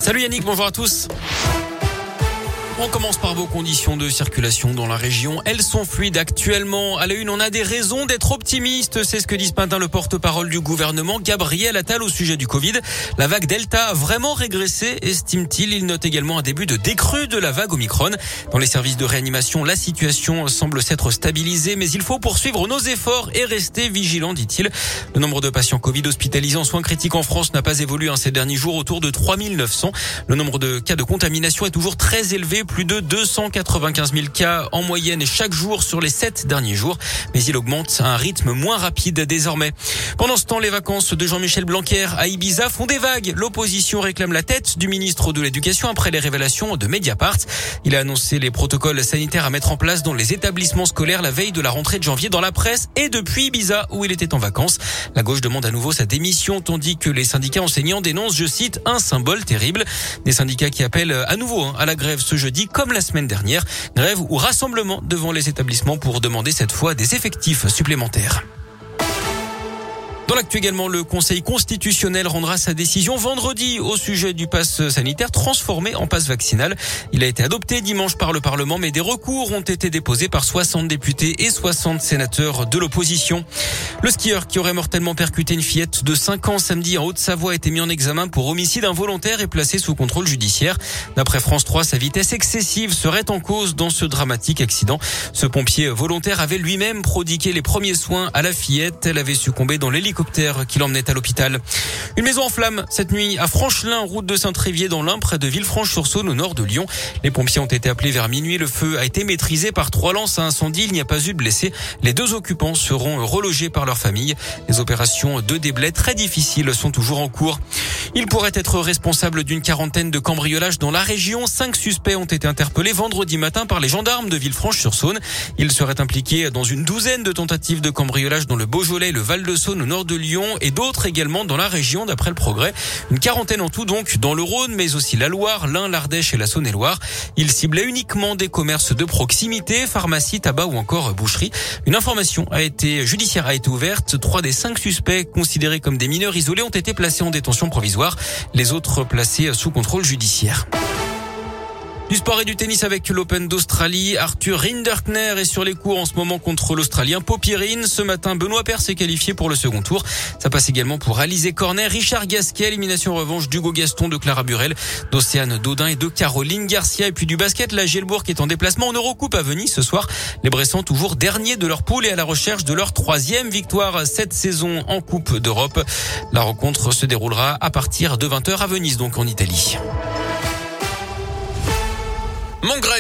Salut Yannick, bonjour à tous. On commence par vos conditions de circulation dans la région. Elles sont fluides actuellement. À la une, on a des raisons d'être optimiste. C'est ce que dit ce matin le porte-parole du gouvernement, Gabriel Attal, au sujet du Covid. La vague Delta a vraiment régressé, estime-t-il. Il note également un début de décrue de la vague Omicron. Dans les services de réanimation, la situation semble s'être stabilisée, mais il faut poursuivre nos efforts et rester vigilants, dit-il. Le nombre de patients Covid hospitalisés en soins critiques en France n'a pas évolué ces derniers jours, autour de 3900. Le nombre de cas de contamination est toujours très élevé. Plus de 295 000 cas en moyenne chaque jour sur les 7 derniers jours. Mais il augmente à un rythme moins rapide désormais. Pendant ce temps, les vacances de Jean-Michel Blanquer à Ibiza font des vagues. L'opposition réclame la tête du ministre de l'Éducation après les révélations de Mediapart. Il a annoncé les protocoles sanitaires à mettre en place dans les établissements scolaires la veille de la rentrée de janvier dans la presse et depuis Ibiza où il était en vacances. La gauche demande à nouveau sa démission tandis que les syndicats enseignants dénoncent, je cite, un symbole terrible. Des syndicats qui appellent à nouveau à la grève ce jeudi comme la semaine dernière. Grève ou rassemblement devant les établissements pour demander cette fois des effectifs supplémentaires. Dans l'actu également, le Conseil constitutionnel rendra sa décision vendredi au sujet du pass sanitaire transformé en pass vaccinal. Il a été adopté dimanche par le Parlement, mais des recours ont été déposés par 60 députés et 60 sénateurs de l'opposition. Le skieur qui aurait mortellement percuté une fillette de 5 ans samedi en Haute-Savoie a été mis en examen pour homicide involontaire et placé sous contrôle judiciaire. D'après France 3, sa vitesse excessive serait en cause dans ce dramatique accident. Ce pompier volontaire avait lui-même prodigué les premiers soins à la fillette. Elle avait succombé dans l'hélicoptère qui l'emmenait à l'hôpital. Une maison en flammes cette nuit à Franchelin, route de Saint-Trévier dans l'Ain, près de Villefranche-sur-Saône au nord de Lyon. Les pompiers ont été appelés vers minuit. Le feu a été maîtrisé par 3 lances à incendie. Il n'y a pas eu de blessés. Les 2 occupants seront relogés par leur famille. Les opérations de déblai très difficiles sont toujours en cours. Il pourrait être responsable d'une quarantaine de cambriolages dans la région. 5 suspects ont été interpellés vendredi matin par les gendarmes de Villefranche-sur-Saône. Ils seraient impliqués dans une douzaine de tentatives de cambriolage dans le Beaujolais, le Val-de-Saône au nord de Lyon et d'autres également dans la région d'après le Progrès. Une quarantaine en tout donc dans le Rhône mais aussi la Loire, l'Ain, l'Ardèche et la Saône-et-Loire. Ils ciblaient uniquement des commerces de proximité, pharmacie, tabac ou encore boucherie. Une information judiciaire a été ouverte. 3 des 5 suspects considérés comme des mineurs isolés ont été placés en détention provisoire. Les autres placés sous contrôle judiciaire. Du sport et du tennis avec l'Open d'Australie. Arthur Rinderkner est sur les cours en ce moment contre l'Australien Popyrin. Ce matin, Benoît Paire s'est qualifié pour le second tour. Ça passe également pour Alizé Cornet, Richard Gasquet, élimination revanche d'Hugo Gaston, de Clara Burel, d'Océane Dodin et de Caroline Garcia. Et puis du basket, la Gielbourg est en déplacement en Eurocoupe à Venise ce soir. Les Bressans toujours derniers de leur poule et à la recherche de leur 3e victoire cette saison en Coupe d'Europe. La rencontre se déroulera à partir de 20h à Venise, donc en Italie.